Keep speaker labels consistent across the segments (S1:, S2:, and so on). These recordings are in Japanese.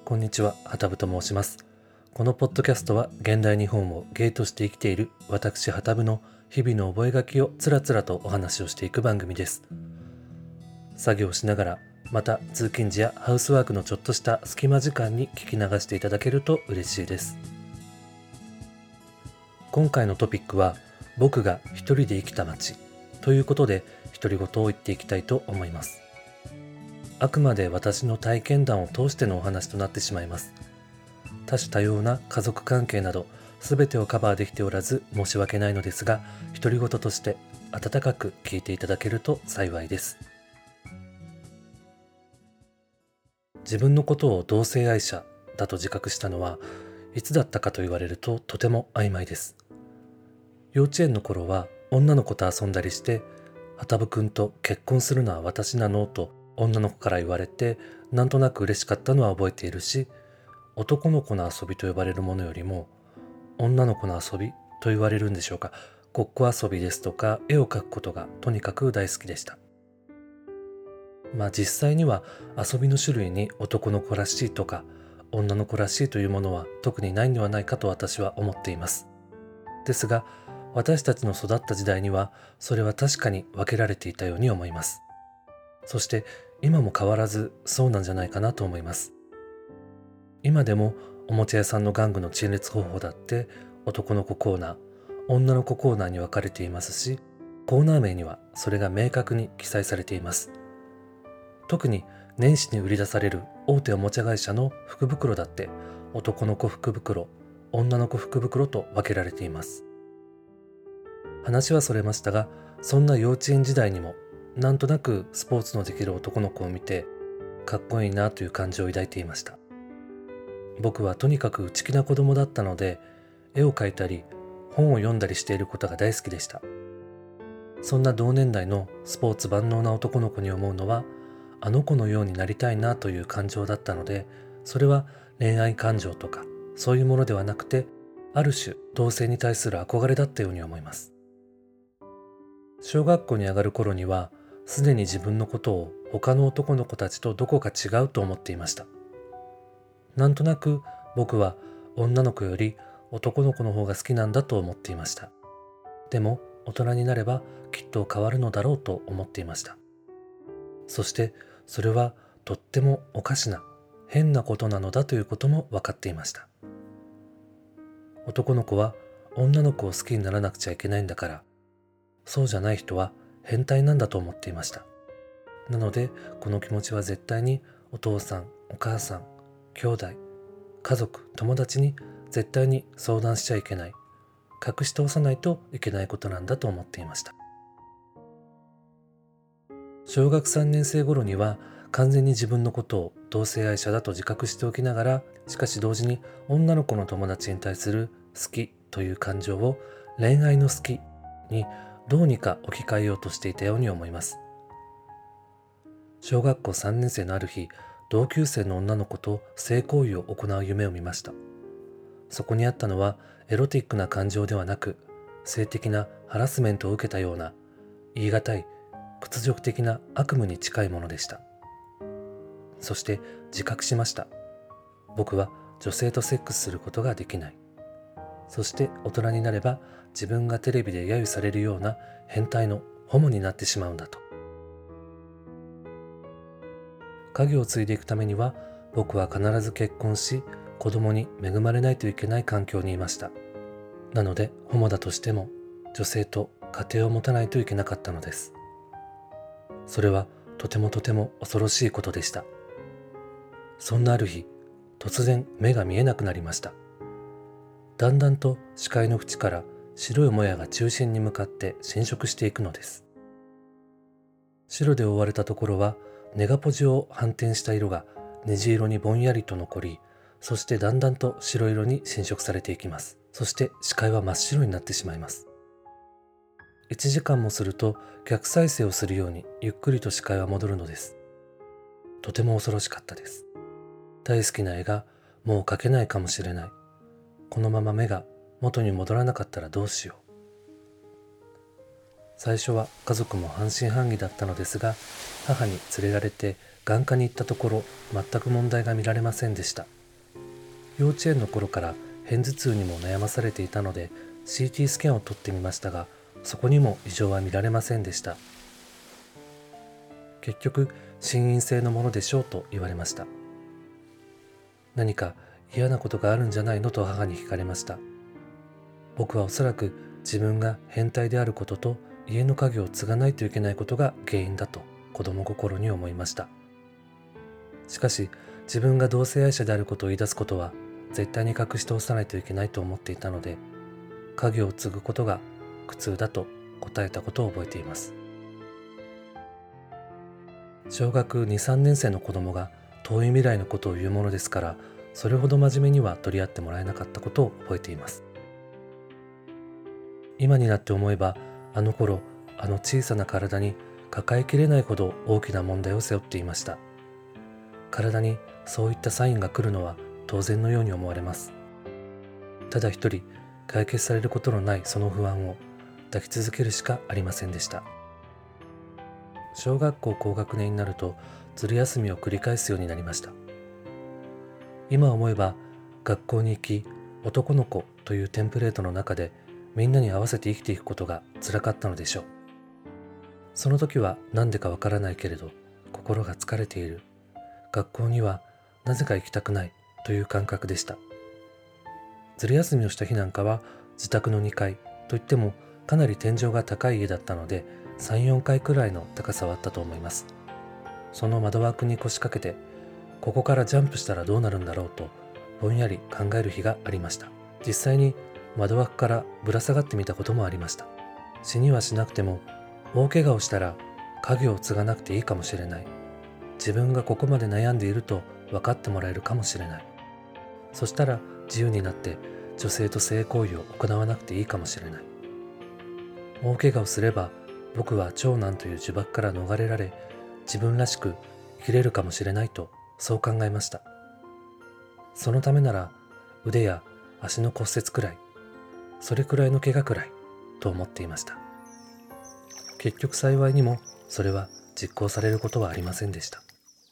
S1: こんにちは、はたぶと申します。このポッドキャストは現代日本を芸として生きている私はたぶの日々の覚書をつらつらとお話をしていく番組です。作業しながら、また通勤時やハウスワークのちょっとした隙間時間に聞き流していただけると嬉しいです。今回のトピックは、僕が一人で生きた街ということで独り言を言っていきたいと思います。あくまで私の体験談を通してのお話となってしまいます。多種多様な家族関係など全てをカバーできておらず申し訳ないのですが、独り言として温かく聞いていただけると幸いです。自分のことを同性愛者だと自覚したのはいつだったかと言われるととても曖昧です。幼稚園の頃は女の子と遊んだりして、はたぶくんと結婚するのは私なのと女の子から言われて、なんとなく嬉しかったのは覚えているし、男の子の遊びと呼ばれるものよりも女の子の遊びと言われるんでしょうか、ごっこ遊びですとか絵を描くことがとにかく大好きでした。実際には遊びの種類に男の子らしいとか女の子らしいというものは特にないんではないかと私は思っています。ですが私たちの育った時代にはそれは確かに分けられていたように思います。そして今も変わらずそうなんじゃないかなと思います。今でもおもちゃ屋さんの玩具の陳列方法だって男の子コーナー、女の子コーナーに分かれていますし、コーナー名にはそれが明確に記載されています。特に年始に売り出される大手おもちゃ会社の福袋だって男の子福袋、女の子福袋と分けられています。話はそれましたが、そんな幼稚園時代にもなんとなくスポーツのできる男の子を見てかっこいいなという感情を抱いていました。僕はとにかく内気な子供だったので、絵を描いたり本を読んだりしていることが大好きでした。そんな同年代のスポーツ万能な男の子に思うのは、あの子のようになりたいなという感情だったので、それは恋愛感情とかそういうものではなくて、ある種同性に対する憧れだったように思います。小学校に上がる頃にはすでに自分のことを他の男の子たちとどこか違うと思っていました。なんとなく僕は女の子より男の子の方が好きなんだと思っていました。でも大人になればきっと変わるのだろうと思っていました。そしてそれはとってもおかしな変なことなのだということも分かっていました。男の子は女の子を好きにならなくちゃいけないんだから、そうじゃない人は変態なんだと思っていました。なのでこの気持ちは絶対にお父さん、お母さん、兄弟、家族、友達に絶対に相談しちゃいけない、隠し通さないといけないことなんだと思っていました。小学3年生頃には完全に自分のことを同性愛者だと自覚しておきながら、しかし同時に女の子の友達に対する好きという感情を恋愛の好きにどうにか置き換えようとしていたように思います。小学校3年生のある日、同級生の女の子と性行為を行う夢を見ました。そこにあったのはエロティックな感情ではなく、性的なハラスメントを受けたような言い難い屈辱的な悪夢に近いものでした。そして自覚しました。僕は女性とセックスすることができない。そして大人になれば自分がテレビで揶揄されるような変態のホモになってしまうんだと。家業を継いでいくためには僕は必ず結婚し、子供に恵まれないといけない環境にいました。なのでホモだとしても女性と家庭を持たないといけなかったのです。それはとても恐ろしいことでした。そんなある日、突然目が見えなくなりました。だんだんと視界の縁から白いもやが中心に向かって侵食していくのです。白で覆われたところはネガポジを反転した色が虹色にぼんやりと残り、そしてだんだんと白色に侵食されていきます。そして視界は真っ白になってしまいます。1時間もすると逆再生をするようにゆっくりと視界は戻るのです。とても恐ろしかったです。大好きな絵がもう描けないかもしれない。このまま目が元に戻らなかったらどうしよう。最初は家族も半信半疑だったのですが、母に連れられて眼科に行ったところ全く問題が見られませんでした。 幼稚園の頃から片頭痛にも悩まされていたので CT スキャンを撮ってみましたが、そこにも異常は見られませんでした。結局心因性のものでしょうと言われました。何か嫌なことがあるんじゃないのと母に聞かれました。僕はおそらく自分が変態であることと家の家業を継がないといけないことが原因だと子供心に思いました。しかし自分が同性愛者であることを言い出すことは絶対に隠し通さないといけないと思っていたので、家業を継ぐことが苦痛だと答えたことを覚えています。小学2、3年生の子供が遠い未来のことを言うものですから、それほど真面目には取り合ってもらえなかったことを覚えています。今になって思えば、あの頃あの小さな体に抱えきれないほど大きな問題を背負っていました。体にそういったサインが来るのは当然のように思われます。ただ一人解決されることのないその不安を抱き続けるしかありませんでした。小学校高学年になるとずる休みを繰り返すようになりました。今思えば学校に行き、男の子というテンプレートの中でみんなに合わせて生きていくことが辛かったのでしょう。その時は何でかわからないけれど心が疲れている、学校にはなぜか行きたくないという感覚でした。ずる休みをした日なんかは自宅の2階といってもかなり天井が高い家だったので3、4階くらいの高さはあったと思います。その窓枠に腰掛けて、ここからジャンプしたらどうなるんだろうとぼんやり考える日がありました。実際に窓枠からぶら下がってみたこともありました。死にはしなくても大怪我をしたら家業を継がなくていいかもしれない、自分がここまで悩んでいると分かってもらえるかもしれない、そしたら自由になって女性と性行為を行わなくていいかもしれない、大怪我をすれば僕は長男という呪縛から逃れられ自分らしく生きれるかもしれないとそう考えました。そのためなら腕や足の骨折くらい、それくらいの怪我くらいと思っていました。結局幸いにもそれは実行されることはありませんでした。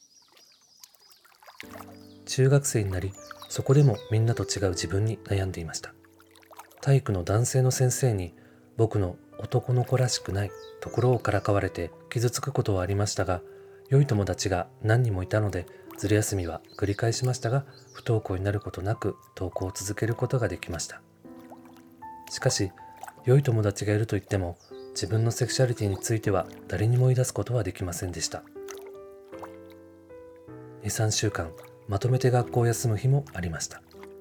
S1: 中学生になり、そこでもみんなと違う自分に悩んでいました。体育の男性の先生に僕の男の子らしくないところをからかわれて傷つくことはありましたが、良い友達が何人もいたのでずる休みは繰り返しましたが、不登校になることなく登校を続けることができました。しかし良い友達がいるといっても自分のセクシャリティについては誰にも言い出すことはできませんでした。2、3週間まとめて学校を休む日もありました。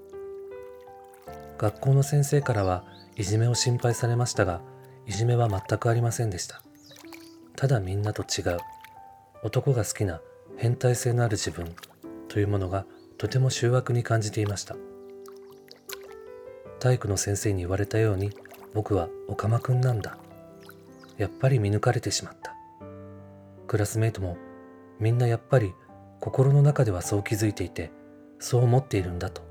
S1: 学校の先生からはいじめを心配されましたが、いじめは全くありませんでした。ただみんなと違う、男が好きな変態性のある自分というものがとても醜悪に感じていました。体育の先生に言われたように、僕はオカマくんなんだ、やっぱり見抜かれてしまった。クラスメートもみんなやっぱり心の中ではそう気づいていて、そう思っているんだと。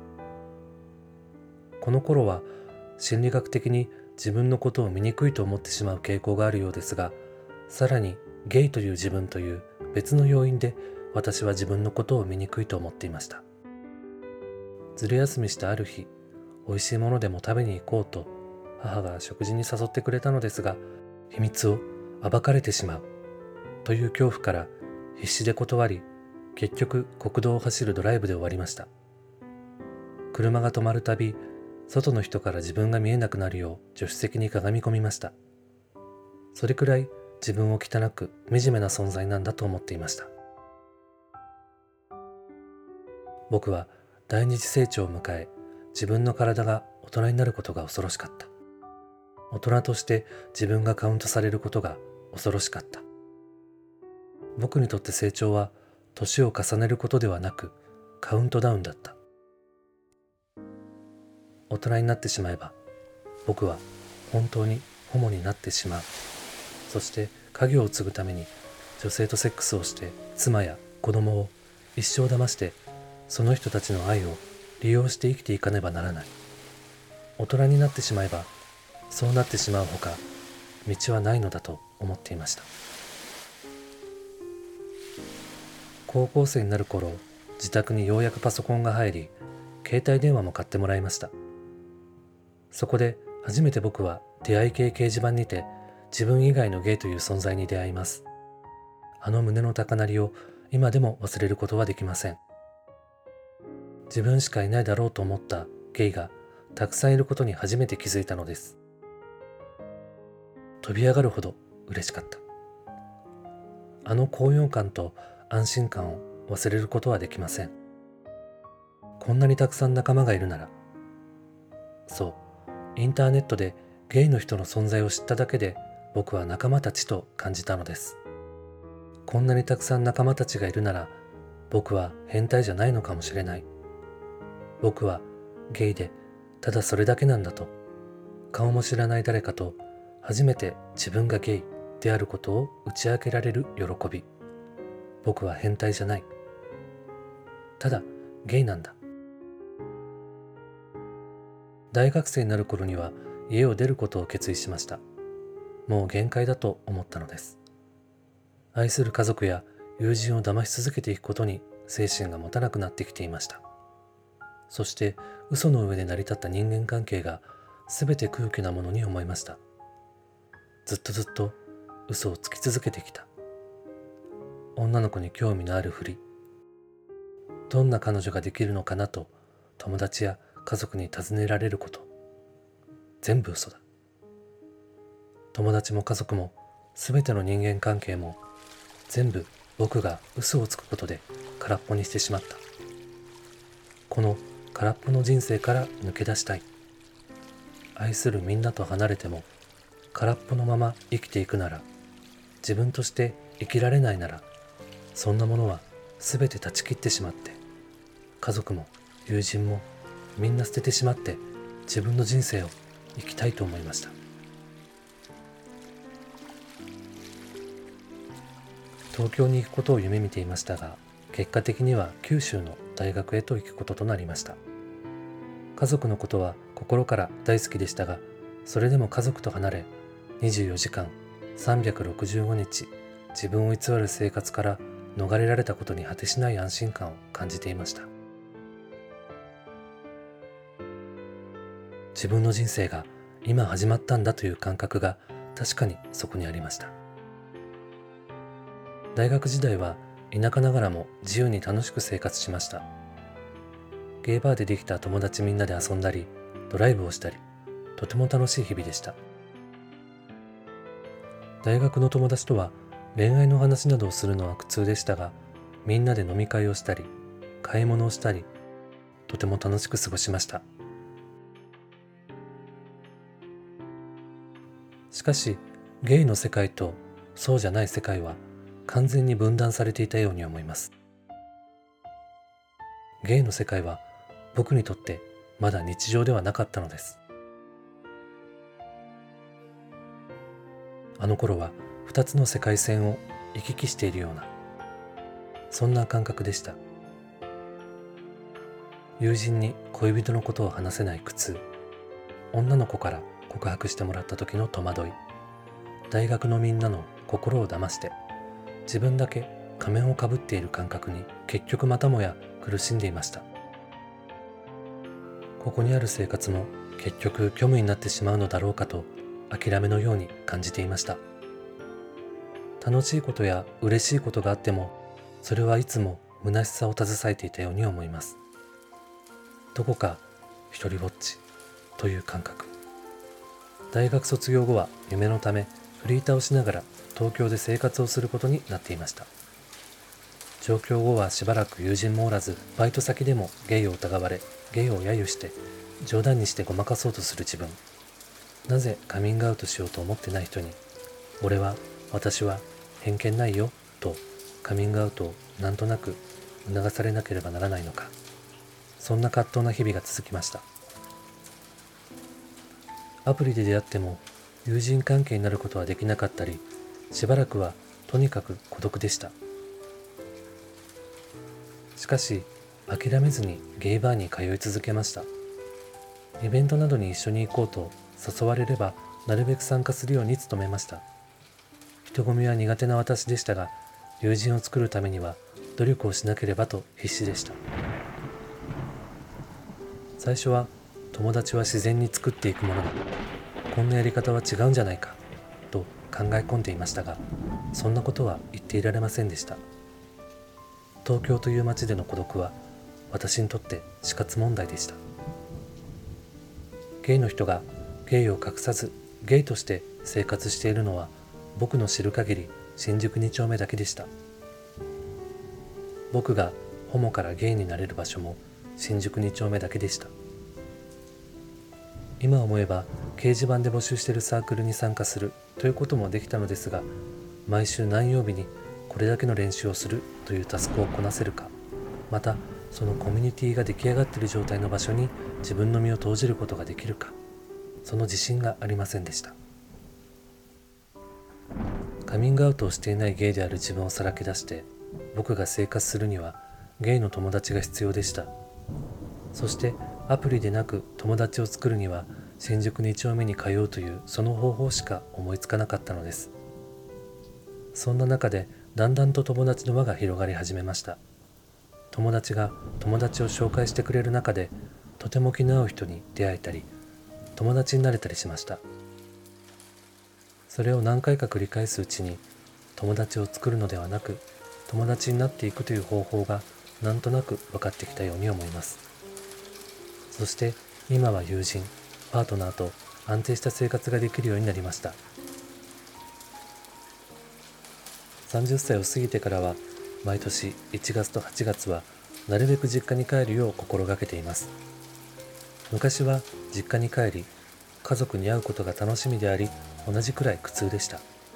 S1: この頃は心理学的に自分のことを醜いと思ってしまう傾向があるようですが、さらにゲイという自分という別の要因で私は自分のことを醜いと思っていました。ずる休みしたある日、美味しいものでも食べに行こうと母が食事に誘ってくれたのですが、秘密を暴かれてしまうという恐怖から必死で断り、結局国道を走るドライブで終わりました。車が止まるたび、外の人から自分が見えなくなるよう助手席にかがみ込みました。それくらい自分を汚く惨めな存在なんだと思っていました。僕は第二次成長を迎え、自分の体が大人になることが恐ろしかった。大人として自分がカウントされることが恐ろしかった。僕にとって成長は年を重ねることではなくカウントダウンだった。大人になってしまえば僕は本当にホモになってしまう。そして家業を継ぐために女性とセックスをして妻や子供を一生騙して、その人たちの愛を利用して生きていかねばならない。大人になってしまえばそうなってしまうほか道はないのだと思っていました。高校生になる頃、自宅にようやくパソコンが入り、 携帯電話も買ってもらいました。そこで初めて僕は出会い系掲示板にて自分以外のゲイという存在に出会います。あの胸の高鳴りを今でも忘れることはできません。自分しかいないだろうと思ったゲイがたくさんいることに初めて気づいたのです。飛び上がるほど嬉しかった。あの高揚感と安心感を忘れることはできません。こんなにたくさん仲間がいるなら、そう、インターネットでゲイの人の存在を知っただけで僕は仲間たちと感じたのです。こんなにたくさん仲間たちがいるなら、僕は変態じゃないのかもしれない。僕はゲイでただそれだけなんだと、顔も知らない誰かと初めて自分がゲイであることを打ち明けられる喜び。僕は変態じゃない。ただゲイなんだ。大学生になる頃には家を出ることを決意しました。もう限界だと思ったのです。愛する家族や友人を騙し続けていくことに精神が持たなくなってきていました。そして嘘の上で成り立った人間関係が全て空虚なものに思いました。ずっと嘘をつき続けてきた。女の子に興味のあるふり。どんな彼女ができるのかなと友達や家族に尋ねられること。全部嘘だ。友達も家族も全ての人間関係も全部僕が嘘をつくことで空っぽにしてしまった。この空っぽの人生から抜け出したい。愛するみんなと離れても空っぽのまま生きていくなら、自分として生きられないなら、そんなものは全て断ち切ってしまって、家族も友人もみんな捨ててしまって自分の人生を生きたいと思いました。東京に行くことを夢見ていましたが、結果的には九州の大学へと行くこととなりました。家族のことは心から大好きでしたが、それでも家族と離れ、24時間365日自分を偽る生活から逃れられたことに果てしない安心感を感じていました。自分の人生が今始まったんだという感覚が確かにそこにありました。大学時代は田舎ながらも自由に楽しく生活しました。ゲイバーでできた友達みんなで遊んだり、ドライブをしたり、とても楽しい日々でした。大学の友達とは恋愛の話などをするのは苦痛でしたが、みんなで飲み会をしたり、買い物をしたり、とても楽しく過ごしました。しかし、ゲイの世界とそうじゃない世界は完全に分断されていたように思います。ゲイの世界は僕にとってまだ日常ではなかったのです。あの頃は二つの世界線を行き来しているような、そんな感覚でした。友人に恋人のことを話せない苦痛、女の子から告白してもらった時の戸惑い、大学のみんなの心を騙して自分だけ仮面をかぶっている感覚に結局またもや苦しんでいました。ここにある生活も結局虚無になってしまうのだろうかと諦めのように感じていました。楽しいことや嬉しいことがあっても、それはいつも虚しさを携えていたように思います。どこか一人ぼっちという感覚。大学卒業後は夢のためフリーターをしながら東京で生活をすることになっていました。上京後はしばらく友人もおらず、バイト先でもゲイを疑われ、ゲイを揶揄して冗談にしてごまかそうとする自分。なぜカミングアウトしようと思ってない人に、私は偏見ないよとカミングアウトをなんとなく促されなければならないのか。そんな葛藤な日々が続きました。アプリで出会っても友人関係になることはできなかったり、しばらくはとにかく孤独でした。しかし諦めずにゲイバーに通い続けました。イベントなどに一緒に行こうと誘われればなるべく参加するように努めました。人混みは苦手な私でしたが、友人を作るためには努力をしなければと必死でした。 最初は友達は自然に作っていくものだ、こんなやり方は違うんじゃないかと考え込んでいましたが、そんなことは言っていられませんでした。東京という街での孤独は私にとって死活問題でした。ゲイの人がゲイを隠さずゲイとして生活しているのは僕の知る限り新宿2丁目だけでした。僕がホモからゲイになれる場所も新宿2丁目だけでした。今思えば掲示板で募集しているサークルに参加するということもできたのですが、毎週何曜日にこれだけの練習をするというタスクをこなせるか、またそのコミュニティが出来上がっている状態の場所に自分の身を投じることができるか、その自信がありませんでした。カミングアウトをしていないゲイである自分をさらけ出して僕が生活するにはゲイの友達が必要でした。そしてアプリでなく友達を作るには新宿2丁目に通うというその方法しか思いつかなかったのです。そんな中でだんだんと友達の輪が広がり始めました。友達が友達を紹介してくれる中でとても気の合う人に出会えたり友達になれたりしました。それを何回か繰り返すうちに友達を作るのではなく友達になっていくという方法がなんとなく分かってきたように思います。そして今は友人、パートナーと安定した生活ができるようになりました。30歳を過ぎてからは毎年1月と8月はなるべく実家に帰るよう心がけています。昔は実家に帰り家族に会うことが楽しみであり同じくらい苦痛でした。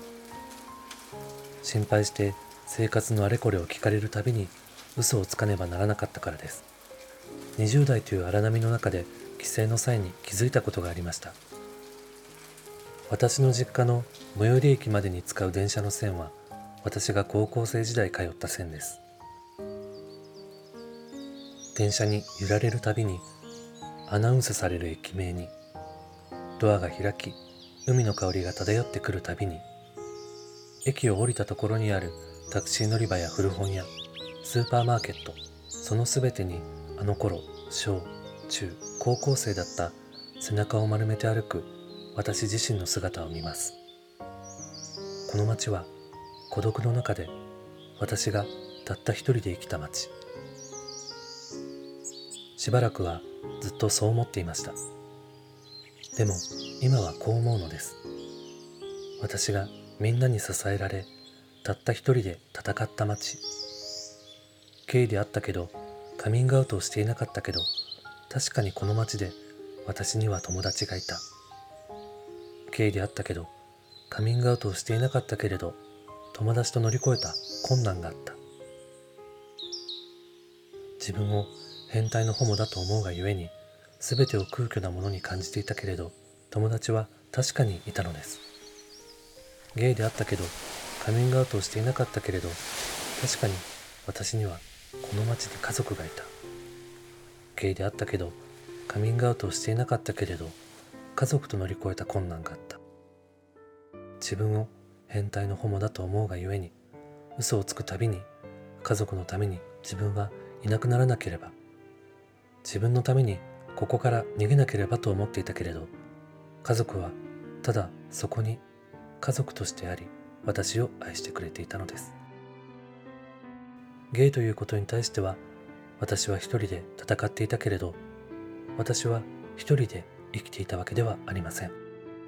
S1: 心配して生活のあれこれを聞かれるたびに嘘をつかねばならなかったからです。20代という荒波の中で帰省の際に気づいたことがありました。私の実家の最寄り駅までに使う電車の線は私が高校生時代通った線です。電車に揺られるたびにアナウンスされる駅名に、ドアが開き海の香りが漂ってくるたびに、駅を降りたところにあるタクシー乗り場や古本屋、スーパーマーケット、そのすべてにあの頃小中高校生だった背中を丸めて歩く私自身の姿を見ます。この街は孤独の中で私がたった一人で生きた街。しばらくはずっとそう思っていました。でも今はこう思うのです。私がみんなに支えられたった一人で戦った街。ゲイであったけどカミングアウトをしていなかったけど確かにこの街で私には友達がいた。ゲイであったけどカミングアウトをしていなかったけれど友達と乗り越えた困難があった。自分を変態のホモだと思うがゆえに全てを空虚なものに感じていたけれど友達は確かにいたのです。ゲイであったけどカミングアウトをしていなかったけれど確かに私にはこの街に家族がいた。ゲイであったけどカミングアウトをしていなかったけれど家族と乗り越えた困難があった。自分を変態のホモだと思うがゆえに嘘をつくたびに家族のために自分はいなくならなければ、自分のためにここから逃げなければと思っていたけれど家族はただそこに家族としてあり私を愛してくれていたのです。ゲイということに対しては私は一人で戦っていたけれど私は一人で生きていたわけではありません。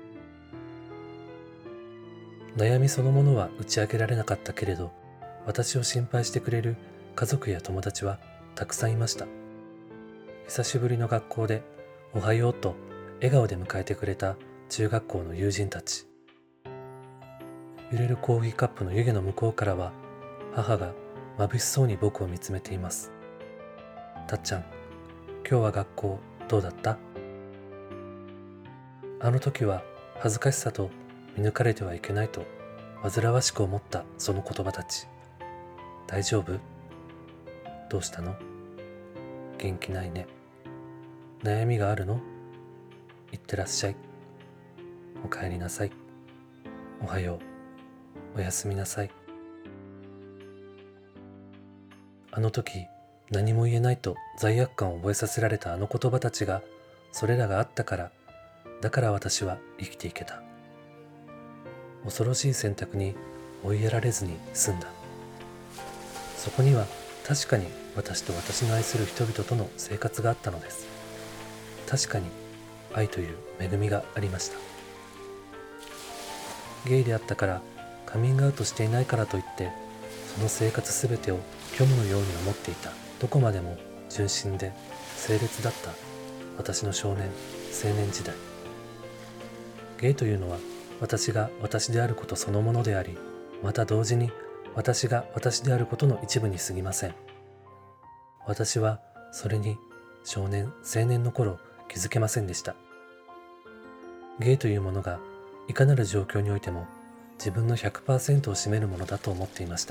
S1: 悩みそのものは打ち明けられなかったけれど私を心配してくれる家族や友達はたくさんいました。久しぶりの学校でおはようと笑顔で迎えてくれた中学校の友人たち。揺れるコーヒーカップの湯気の向こうからは母が眩しそうに僕を見つめています。たっちゃん、今日は学校どうだった？あの時は恥ずかしさと見抜かれてはいけないと煩わしく思ったその言葉たち。大丈夫？どうしたの？元気ないね。悩みがあるの？いってらっしゃい。おかえりなさい。おはよう。おやすみなさい。あの時何も言えないと罪悪感を覚えさせられたあの言葉たちが、それらがあったから、だから私は生きていけた。恐ろしい選択に追いやられずに済んだ。そこには確かに私と私の愛する人々との生活があったのです。確かに愛という恵みがありました。ゲイであったから、カミングアウトしていないからといって、その生活すべてを虚無のように思っていた。どこまでも純真で清烈だった私の少年、青年時代。ゲイというのは私が私であることそのものであり、また同時に私が私であることの一部に過ぎません。私はそれに少年、青年の頃気づけませんでした。ゲイというものがいかなる状況においても自分の 100% を占めるものだと思っていました。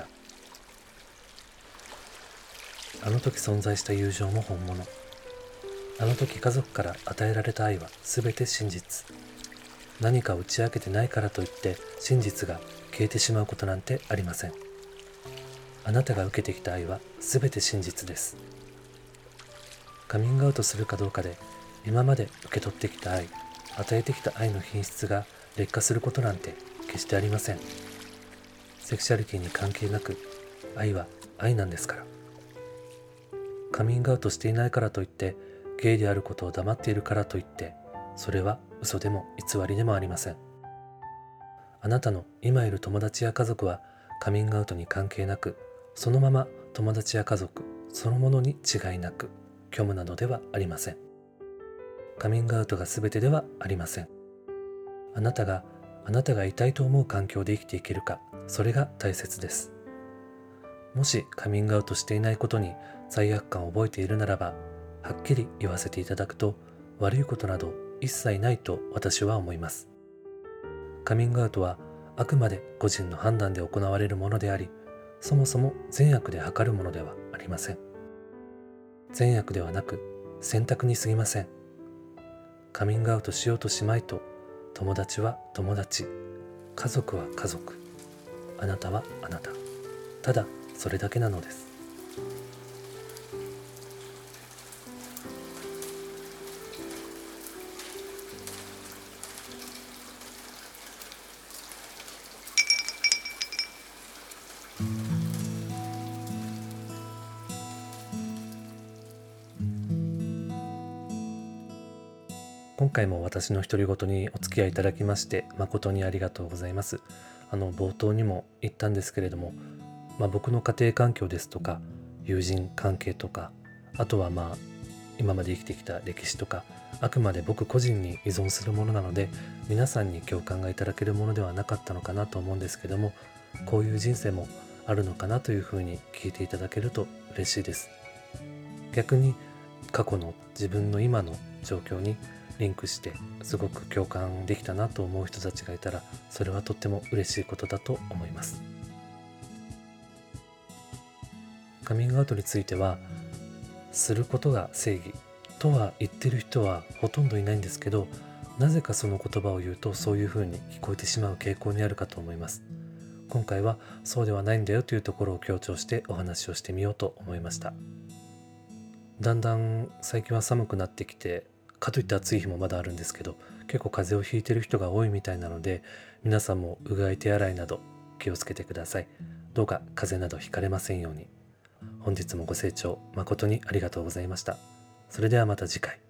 S1: あの時存在した友情も本物。あの時家族から与えられた愛は全て真実。何か打ち明けてないからといって真実が消えてしまうことなんてありません。あなたが受けてきた愛は全て真実です。カミングアウトするかどうかで今まで受け取ってきた愛、与えてきた愛の品質が劣化することなんて決してありません。セクシャリティに関係なく愛は愛なんですから。カミングアウトしていないからといってゲイであることを黙っているからといってそれは嘘でも偽りでもありません。あなたの今いる友達や家族はカミングアウトに関係なく、そのまま友達や家族そのものに違いなく虚無などではありません。カミングアウトが全てではありません。あなたがいたいと思う環境で生きていけるか、それが大切です。もしカミングアウトしていないことに罪悪感を覚えているならば、はっきり言わせていただくと、悪いことなど一切ないと私は思います。カミングアウトはあくまで個人の判断で行われるものであり、そもそも善悪で測るものではありません。善悪ではなく選択に過ぎません。カミングアウトしようとしまいと、友達は友達、家族は家族、あなたはあなた、ただそれだけなのです。今回も私の独り言にお付き合いいただきまして誠にありがとうございます。冒頭にも言ったんですけれども、僕の家庭環境ですとか友人関係とか、あとは今まで生きてきた歴史とか、あくまで僕個人に依存するものなので、皆さんに共感がいただけるものではなかったのかなと思うんですけども、こういう人生もあるのかなというふうに聞いていただけると嬉しいです。逆に過去の自分の今の状況にリンクしてすごく共感できたなと思う人たちがいたら、それはとっても嬉しいことだと思います。カミングアウトについては、することが正義とは言ってる人はほとんどいないんですけど、なぜかその言葉を言うとそういうふうに聞こえてしまう傾向にあるかと思います。今回はそうではないんだよというところを強調してお話をしてみようと思いました。だんだん最近は寒くなってきて、かといって暑い日もまだあるんですけど、結構風邪をひいてる人が多いみたいなので、皆さんもうがい手洗いなど気をつけてください。どうか風邪などひかれませんように。本日もご清聴誠にありがとうございました。それではまた次回。